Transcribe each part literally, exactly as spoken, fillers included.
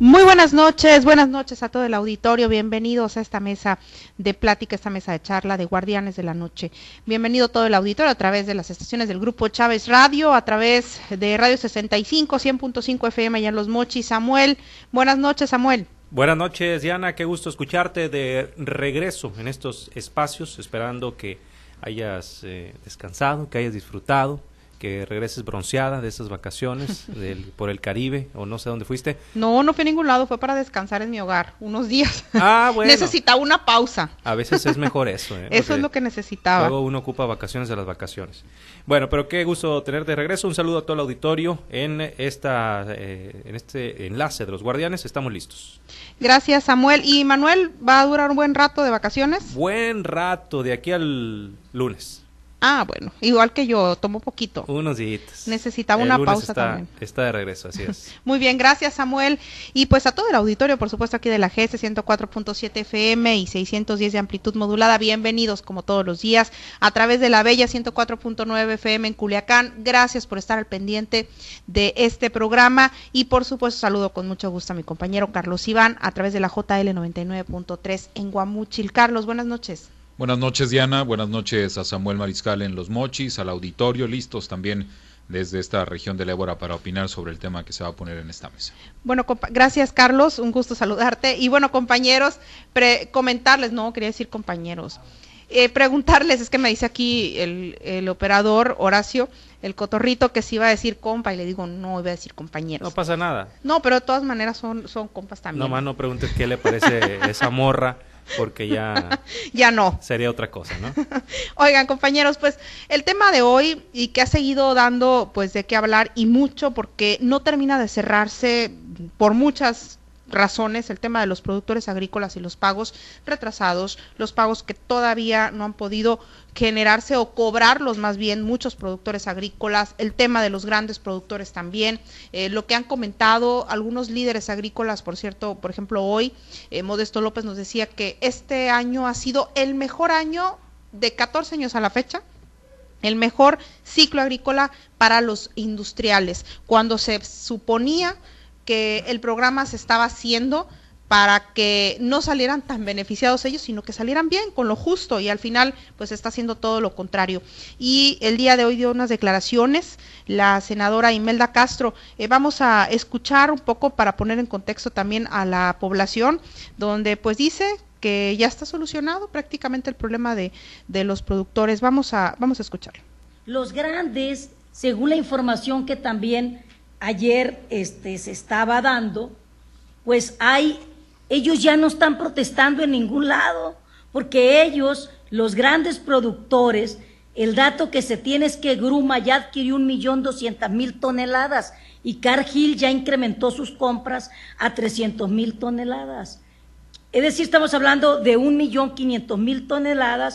Muy buenas noches, buenas noches a todo el auditorio, bienvenidos a esta mesa de plática, esta mesa de charla de Guardianes de la Noche. Bienvenido todo el auditorio a través de las estaciones del Grupo Chávez Radio, a través de Radio sesenta y cinco, cien punto cinco F M allá en Los Mochis. Samuel, buenas noches, Samuel. Buenas noches, Diana, qué gusto escucharte de regreso en estos espacios, esperando que hayas eh, descansado, que hayas disfrutado, que regreses bronceada de esas vacaciones del, por el Caribe, o no sé dónde fuiste. No, no fui a ningún lado, fue para descansar en mi hogar, unos días. Ah, bueno. Necesitaba una pausa. A veces es mejor eso. ¿eh? Eso es lo que necesitaba. Luego uno ocupa vacaciones de las vacaciones. Bueno, pero qué gusto tenerte de regreso. Un saludo a todo el auditorio en esta eh, en este enlace de los Guardianes. Estamos listos. Gracias, Samuel. ¿Y Manuel va a durar un buen rato de vacaciones? Buen rato, de aquí al lunes. Ah, bueno, igual que yo, tomo poquito. Unos días. Necesitaba el una lunes pausa está, también. Está de regreso, así es. Muy bien, gracias, Samuel. Y pues a todo el auditorio, por supuesto, aquí de la G S ciento cuatro punto siete F M y seiscientos diez de amplitud modulada, bienvenidos como todos los días a través de la Bella ciento cuatro punto nueve F M en Culiacán. Gracias por estar al pendiente de este programa y por supuesto saludo con mucho gusto a mi compañero Carlos Iván a través de la J L noventa y nueve punto tres en Guamúchil. Carlos, buenas noches. Buenas noches, Diana, buenas noches a Samuel Mariscal en Los Mochis, al auditorio, listos también desde esta región del Ébora para opinar sobre el tema que se va a poner en esta mesa. Bueno, gracias, Carlos, un gusto saludarte. Y bueno, compañeros, pre comentarles, no, quería decir compañeros, eh, preguntarles, es que me dice aquí el, el operador Horacio, el cotorrito, que sí iba a decir compa, y le digo, no, iba a decir compañeros. No pasa nada. No, pero de todas maneras son, son compas también. No más no preguntes qué le parece esa morra, porque ya ya no sería otra cosa, ¿no? Oigan, compañeros, pues el tema de hoy y que ha seguido dando pues de qué hablar y mucho porque no termina de cerrarse por muchas razones, el tema de los productores agrícolas y los pagos retrasados, los pagos que todavía no han podido generarse o cobrarlos más bien muchos productores agrícolas, el tema de los grandes productores también, eh, lo que han comentado algunos líderes agrícolas, por cierto, por ejemplo hoy, eh, Modesto López nos decía que este año ha sido el mejor año de catorce años a la fecha, el mejor ciclo agrícola para los industriales, cuando se suponía que el programa se estaba haciendo para que no salieran tan beneficiados ellos, sino que salieran bien, con lo justo, y al final pues está haciendo todo lo contrario. Y el día de hoy dio unas declaraciones la senadora Imelda Castro, eh, vamos a escuchar un poco para poner en contexto también a la población, donde pues dice que ya está solucionado prácticamente el problema de, de los productores. Vamos a, vamos a escucharlo. Los grandes, según la información que también ayer este, se estaba dando, pues hay, ellos ya no están protestando en ningún lado, porque ellos, los grandes productores, el dato que se tiene es que Gruma ya adquirió un millón doscientas mil toneladas y Cargill ya incrementó sus compras a trescientos mil toneladas. Es decir, estamos hablando de un millón quinientos mil toneladas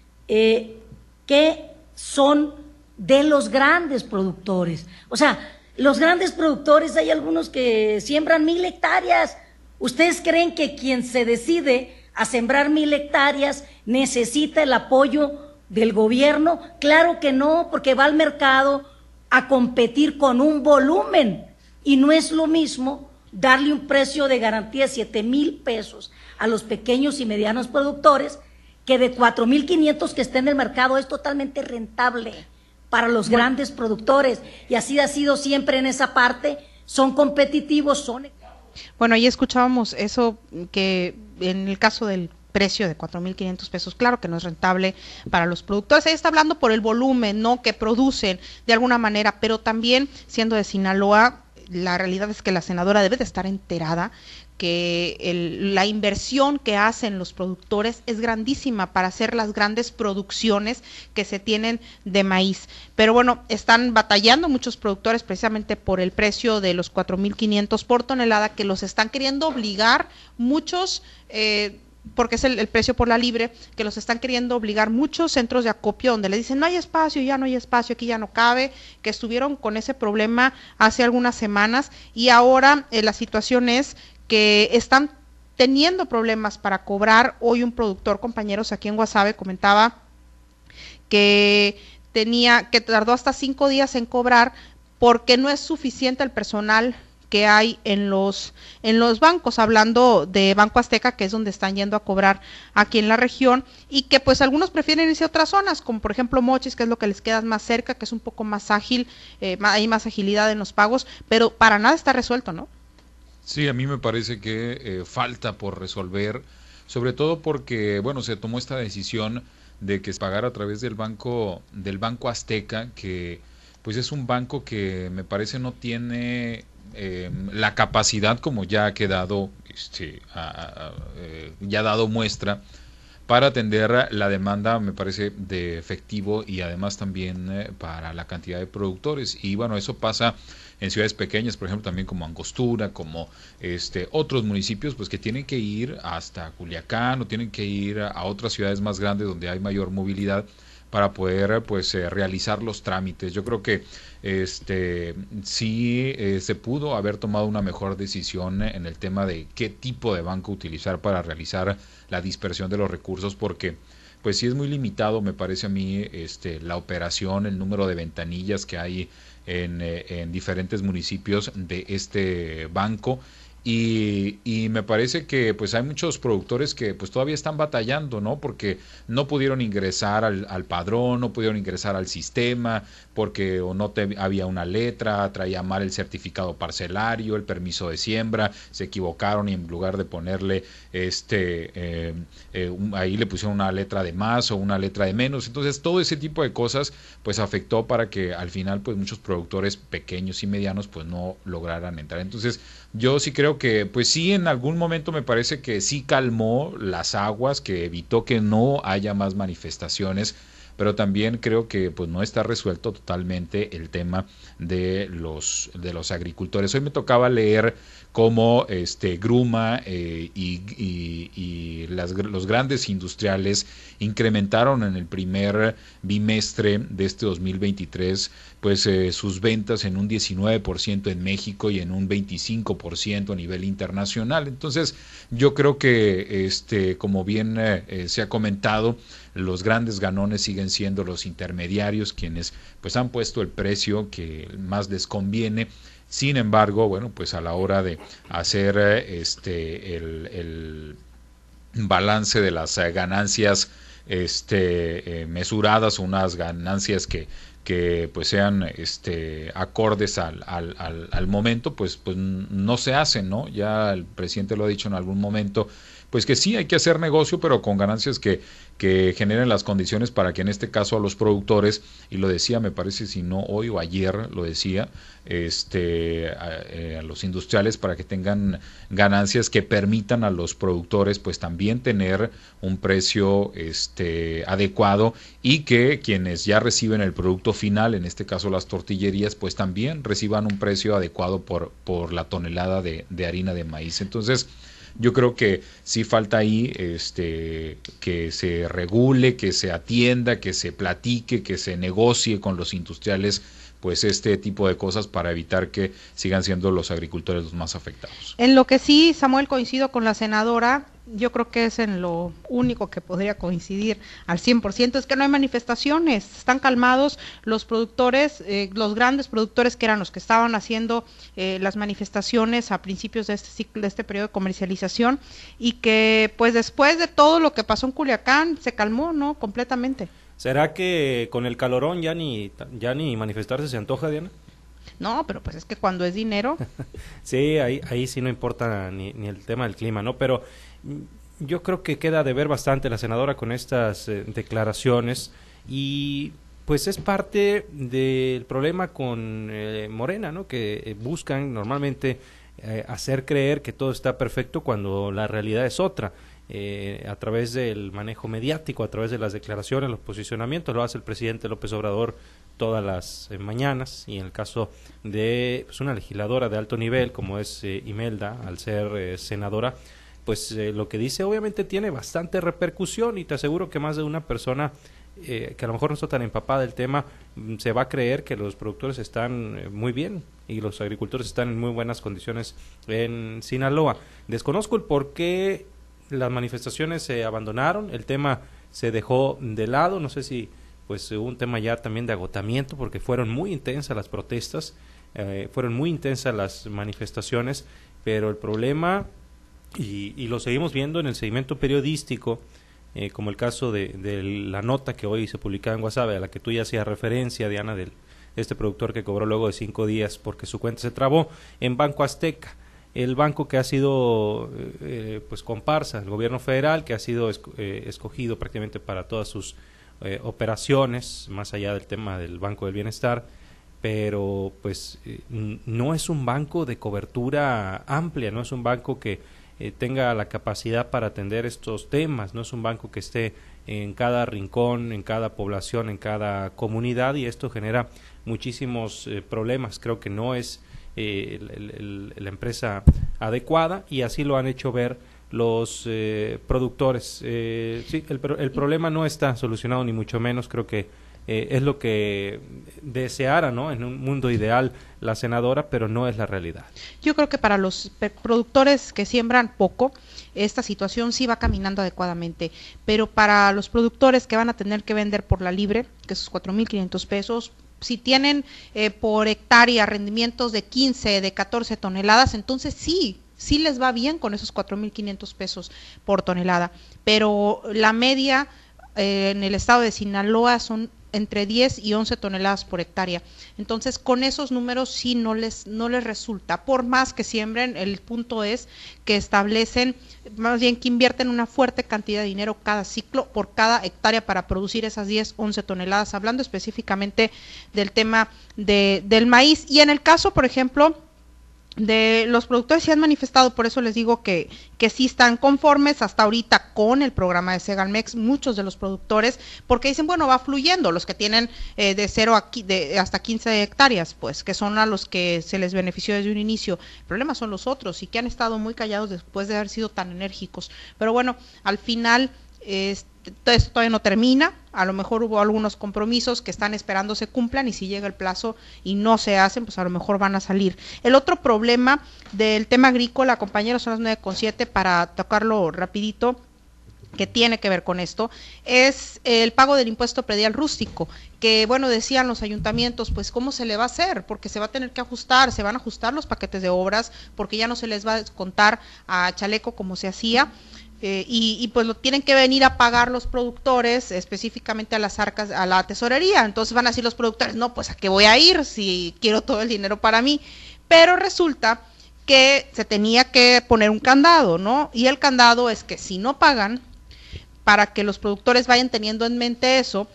eh, que son de los grandes productores. O sea, los grandes productores, hay algunos que siembran mil hectáreas. ¿Ustedes creen que quien se decide a sembrar mil hectáreas necesita el apoyo del gobierno? Claro que no, porque va al mercado a competir con un volumen y no es lo mismo darle un precio de garantía de siete mil pesos a los pequeños y medianos productores que de cuatro mil quinientos que esté en el mercado. Es totalmente rentable para los bueno. grandes productores, y así ha sido siempre en esa parte, son competitivos, son... Bueno, ahí escuchábamos eso, que en el caso del precio de cuatro mil quinientos pesos, claro que no es rentable para los productores, ahí está hablando por el volumen, ¿no?, que producen de alguna manera, pero también, siendo de Sinaloa, la realidad es que la senadora debe de estar enterada que el, la inversión que hacen los productores es grandísima para hacer las grandes producciones que se tienen de maíz, pero bueno, están batallando muchos productores precisamente por el precio de los cuatro mil quinientos por tonelada, que los están queriendo obligar muchos, eh, porque es el, el precio por la libre, que los están queriendo obligar muchos centros de acopio donde le dicen no hay espacio, ya no hay espacio, aquí ya no cabe, que estuvieron con ese problema hace algunas semanas y ahora eh, la situación es que están teniendo problemas para cobrar. Hoy un productor, compañeros, aquí en Guasave comentaba que tenía, que tardó hasta cinco días en cobrar porque no es suficiente el personal que hay en los en los bancos, hablando de Banco Azteca, que es donde están yendo a cobrar aquí en la región, y que pues algunos prefieren irse a otras zonas, como por ejemplo Mochis, que es lo que les queda más cerca, que es un poco más ágil, eh, hay más agilidad en los pagos, pero para nada está resuelto, ¿no? Sí, a mí me parece que eh, falta por resolver, sobre todo porque, bueno, se tomó esta decisión de que se pagara a través del banco del Banco Azteca, que pues es un banco que me parece no tiene eh, la capacidad, como ya ha quedado, este, a, a, eh, ya ha dado muestra, para atender la demanda, me parece, de efectivo y además también eh, para la cantidad de productores. Y bueno, eso pasa en ciudades pequeñas, por ejemplo, también como Angostura, como este otros municipios, pues que tienen que ir hasta Culiacán o tienen que ir a otras ciudades más grandes donde hay mayor movilidad para poder pues eh, realizar los trámites. Yo creo que este sí eh, se pudo haber tomado una mejor decisión en el tema de qué tipo de banco utilizar para realizar la dispersión de los recursos, porque pues sí es muy limitado, me parece a mí, este la operación, el número de ventanillas que hay en, eh, en diferentes municipios de este banco. Y, y me parece que pues hay muchos productores que pues todavía están batallando, ¿no? Porque no pudieron ingresar al, al padrón, no pudieron ingresar al sistema, porque o no te, había una letra, traía mal el certificado parcelario, el permiso de siembra, se equivocaron y en lugar de ponerle este eh, eh, un, ahí le pusieron una letra de más o una letra de menos. Entonces todo ese tipo de cosas pues afectó para que al final pues muchos productores pequeños y medianos pues no lograran entrar. Entonces yo sí creo que pues sí, en algún momento me parece que sí calmó las aguas, que evitó que no haya más manifestaciones, pero también creo que pues no está resuelto totalmente el tema de los de los agricultores. Hoy me tocaba leer cómo este Gruma eh, y, y, y las, los grandes industriales incrementaron en el primer bimestre de este dos mil veintitrés pues eh, sus ventas en un diecinueve por ciento en México y en un veinticinco por ciento a nivel internacional. Entonces yo creo que este como bien eh, se ha comentado, los grandes ganones siguen siendo los intermediarios, quienes pues han puesto el precio que más les conviene. Sin embargo, bueno, pues a la hora de hacer este el, el balance de las ganancias este eh, mesuradas, unas ganancias que que pues sean este acordes al, al, al, al momento, pues pues no se hacen, ¿no? Ya el presidente lo ha dicho en algún momento, pues que sí hay que hacer negocio, pero con ganancias que, que generen las condiciones para que en este caso a los productores, y lo decía, me parece, si no hoy o ayer lo decía, este a, a los industriales, para que tengan ganancias que permitan a los productores pues también tener un precio este adecuado, y que quienes ya reciben el producto final, en este caso las tortillerías, pues también reciban un precio adecuado por, por la tonelada de, de harina de maíz. Entonces yo creo que sí falta ahí este que se regule, que se atienda, que se platique, que se negocie con los industriales pues este tipo de cosas para evitar que sigan siendo los agricultores los más afectados. En lo que sí, Samuel, coincido con la senadora, yo creo que es en lo único que podría coincidir al cien por ciento, es que no hay manifestaciones, están calmados los productores, eh, los grandes productores que eran los que estaban haciendo eh, las manifestaciones a principios de este ciclo, de este periodo de comercialización, y que pues después de todo lo que pasó en Culiacán se calmó, ¿no? Completamente. ¿Será que con el calorón ya ni ya ni manifestarse se antoja, Diana? No, pero pues es que cuando es dinero. Sí, ahí ahí sí no importa ni, ni el tema del clima, ¿no? Pero yo creo que queda de ver bastante la senadora con estas eh, declaraciones, y pues es parte del problema con eh, Morena, ¿no? Que eh, buscan normalmente eh, hacer creer que todo está perfecto cuando la realidad es otra. Eh, a través del manejo mediático, a través de las declaraciones, los posicionamientos, lo hace el presidente López Obrador todas las eh, mañanas, y en el caso de pues, una legisladora de alto nivel como es eh, Imelda, al ser eh, senadora, pues eh, lo que dice obviamente tiene bastante repercusión, y te aseguro que más de una persona eh, que a lo mejor no está tan empapada del tema mm, se va a creer que los productores están eh, muy bien y los agricultores están en muy buenas condiciones en Sinaloa. Desconozco el por qué las manifestaciones se abandonaron, el tema se dejó de lado, no sé si pues hubo un tema ya también de agotamiento, porque fueron muy intensas las protestas, eh, fueron muy intensas las manifestaciones, pero el problema, y, y lo seguimos viendo en el segmento periodístico, eh, como el caso de, de la nota que hoy se publicaba en Guasave, a la que tú ya hacías referencia, Diana, del este productor que cobró luego de cinco días porque su cuenta se trabó en Banco Azteca, el banco que ha sido eh, pues comparsa del gobierno federal, que ha sido esco eh, escogido prácticamente para todas sus eh, operaciones, más allá del tema del Banco del Bienestar, pero pues eh, no es un banco de cobertura amplia, no es un banco que eh, tenga la capacidad para atender estos temas, no es un banco que esté en cada rincón, en cada población, en cada comunidad, y esto genera muchísimos eh, problemas. Creo que no es eh, el, el, la empresa adecuada, y así lo han hecho ver los eh, productores. Eh, sí, el, el problema no está solucionado, ni mucho menos. Creo que eh, es lo que deseara, ¿no?, en un mundo ideal la senadora, pero no es la realidad. Yo creo que para los productores que siembran poco, esta situación sí va caminando adecuadamente, pero para los productores que van a tener que vender por la libre, que esos cuatro mil quinientos pesos, si tienen eh, por hectárea rendimientos de quince, de catorce toneladas, entonces sí, sí les va bien con esos cuatro mil quinientos pesos por tonelada, pero la media eh, en el estado de Sinaloa son entre diez y once toneladas por hectárea. Entonces, con esos números sí no les no les resulta. Por más que siembren, el punto es que establecen, más bien que invierten una fuerte cantidad de dinero cada ciclo por cada hectárea para producir esas diez, once toneladas, hablando específicamente del tema de, del maíz. Y en el caso, por ejemplo, de los productores, se han manifestado, por eso les digo que, que sí están conformes hasta ahorita con el programa de Segalmex, muchos de los productores, porque dicen, bueno, va fluyendo, los que tienen eh, de cero a de hasta quince hectáreas, pues, que son a los que se les benefició desde un inicio. El problema son los otros, y que han estado muy callados después de haber sido tan enérgicos. Pero bueno, al final, este, esto todavía no termina, a lo mejor hubo algunos compromisos que están esperando se cumplan, y si llega el plazo y no se hacen, pues a lo mejor van a salir. El otro problema del tema agrícola, compañeros, son las nueve con siete, para tocarlo rapidito, que tiene que ver con esto, es el pago del impuesto predial rústico, que bueno, decían los ayuntamientos, pues cómo se le va a hacer, porque se va a tener que ajustar, se van a ajustar los paquetes de obras, porque ya no se les va a descontar a chaleco como se hacía. Eh, y, y pues lo tienen que venir a pagar los productores, específicamente a las arcas, a la tesorería. Entonces van a decir los productores, no, pues a qué voy a ir si quiero todo el dinero para mí. Pero resulta que se tenía que poner un candado, ¿no? Y el candado es que si no pagan, para que los productores vayan teniendo en mente eso,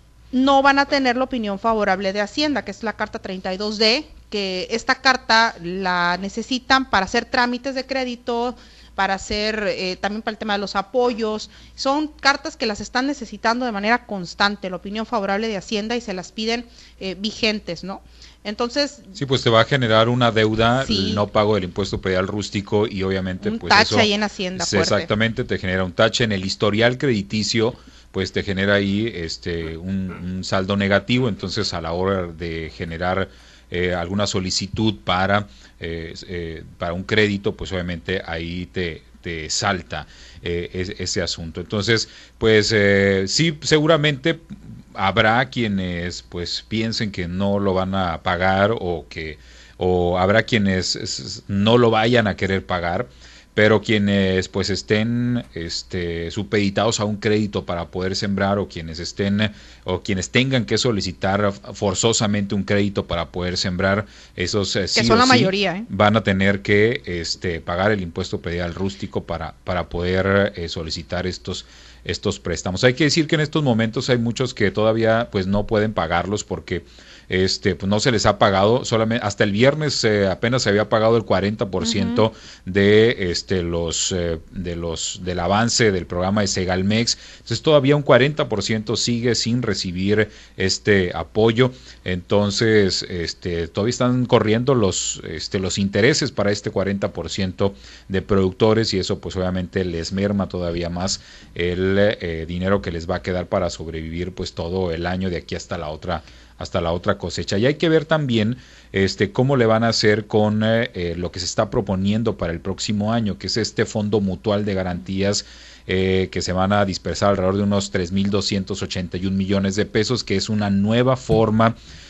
no van a tener la opinión favorable de Hacienda, que es la carta treinta y dos D, que esta carta la necesitan para hacer trámites de crédito, para hacer eh, también para el tema de los apoyos. Son cartas que las están necesitando de manera constante, la opinión favorable de Hacienda, y se las piden eh, vigentes, ¿no? Entonces, sí, pues te va a generar una deuda, sí, el no pago del impuesto predial rústico, y obviamente un pues tache eso ahí en Hacienda fuerte. Exactamente, te genera un tache en el historial crediticio, pues te genera ahí este un, un saldo negativo. Entonces, a la hora de generar eh, alguna solicitud para eh, eh, para un crédito, pues obviamente ahí te te salta eh, ese, ese asunto. Entonces, pues eh, sí, seguramente habrá quienes pues piensen que no lo van a pagar, o que o habrá quienes no lo vayan a querer pagar, pero quienes pues estén este, supeditados a un crédito para poder sembrar, o quienes estén o quienes tengan que solicitar forzosamente un crédito para poder sembrar, esos eh, sí que son o la sí mayoría, ¿eh? van a tener que este, pagar el impuesto predial rústico para, para poder eh, solicitar estos estos préstamos. Hay que decir que en estos momentos hay muchos que todavía pues no pueden pagarlos, porque este pues no se les ha pagado, solamente hasta el viernes eh, apenas se había pagado el cuarenta por ciento uh-huh. de este los eh, de los del avance del programa de Segalmex. Entonces todavía un cuarenta por ciento sigue sin recibir este apoyo. Entonces este todavía están corriendo los este los intereses para este cuarenta por ciento de productores, y eso pues obviamente les merma todavía más el eh, dinero que les va a quedar para sobrevivir pues todo el año de aquí hasta la otra hasta la otra cosecha. Y hay que ver también este cómo le van a hacer con eh, lo que se está proponiendo para el próximo año, que es este fondo mutual de garantías eh, que se van a dispersar alrededor de unos tres mil doscientos ochenta y un millones de pesos, que es una nueva forma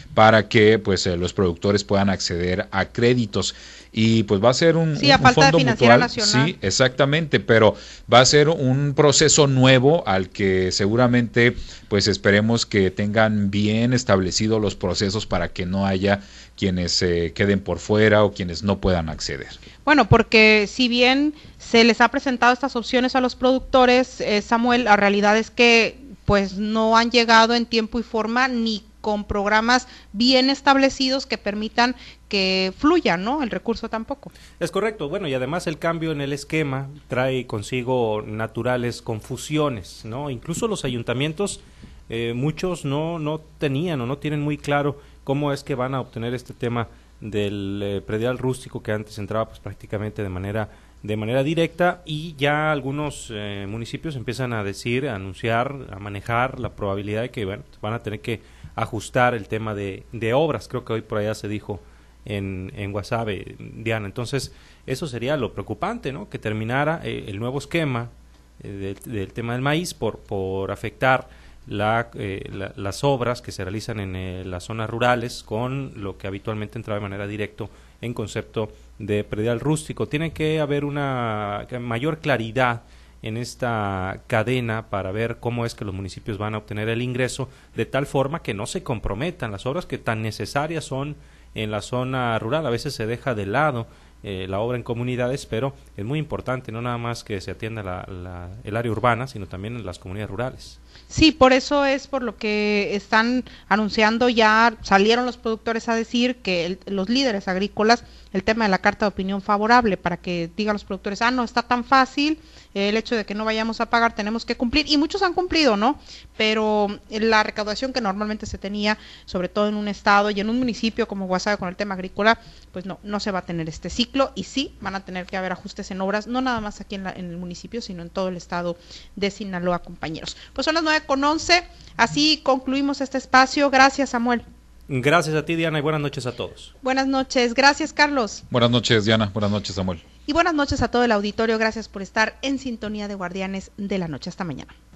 para que pues eh, los productores puedan acceder a créditos. Y pues va a ser un, sí, un, a un falta fondo de financiera mutual, nacional. sí, exactamente, pero va a ser un proceso nuevo al que seguramente pues esperemos que tengan bien establecidos los procesos para que no haya quienes se eh, queden por fuera o quienes no puedan acceder. Bueno, porque si bien se les ha presentado estas opciones a los productores, eh, Samuel, la realidad es que pues no han llegado en tiempo y forma ni con programas bien establecidos que permitan que fluya, ¿no? El recurso tampoco. Es correcto. Bueno, y además el cambio en el esquema trae consigo naturales confusiones, ¿no? Incluso los ayuntamientos, eh, muchos no, no tenían o no tienen muy claro cómo es que van a obtener este tema del eh, predial rústico que antes entraba pues prácticamente de manera de manera directa, y ya algunos eh, municipios empiezan a decir, a anunciar, a manejar la probabilidad de que bueno, van a tener que ajustar el tema de, de obras. Creo que hoy por allá se dijo en, en Guasave, Diana. Entonces, eso sería lo preocupante, ¿no? Que terminara eh, el nuevo esquema eh, del, del tema del maíz por, por afectar la, eh, la, las obras que se realizan en eh, las zonas rurales con lo que habitualmente entraba de manera directa en concepto de predial rústico. Tiene que haber una mayor claridad en esta cadena para ver cómo es que los municipios van a obtener el ingreso, de tal forma que no se comprometan las obras que tan necesarias son en la zona rural. A veces se deja de lado eh, la obra en comunidades, pero es muy importante, no nada más que se atienda la, la, el área urbana, sino también en las comunidades rurales. Sí, por eso es por lo que están anunciando, ya salieron los productores a decir que el, los líderes agrícolas, el tema de la carta de opinión favorable, para que digan los productores, ah, no está tan fácil, el hecho de que no vayamos a pagar, tenemos que cumplir, y muchos han cumplido, ¿no? Pero la recaudación que normalmente se tenía, sobre todo en un estado y en un municipio como Guasave con el tema agrícola, pues no, no se va a tener este ciclo, y sí, van a tener que haber ajustes en obras, no nada más aquí en, la, en el municipio, sino en todo el estado de Sinaloa, compañeros. Pues son las nueve con once, así concluimos este espacio. Gracias, Samuel. Gracias a ti, Diana, y buenas noches a todos. Buenas noches, gracias, Carlos. Buenas noches, Diana, buenas noches, Samuel. Y buenas noches a todo el auditorio, gracias por estar en sintonía de Guardianes de la Noche. Hasta mañana.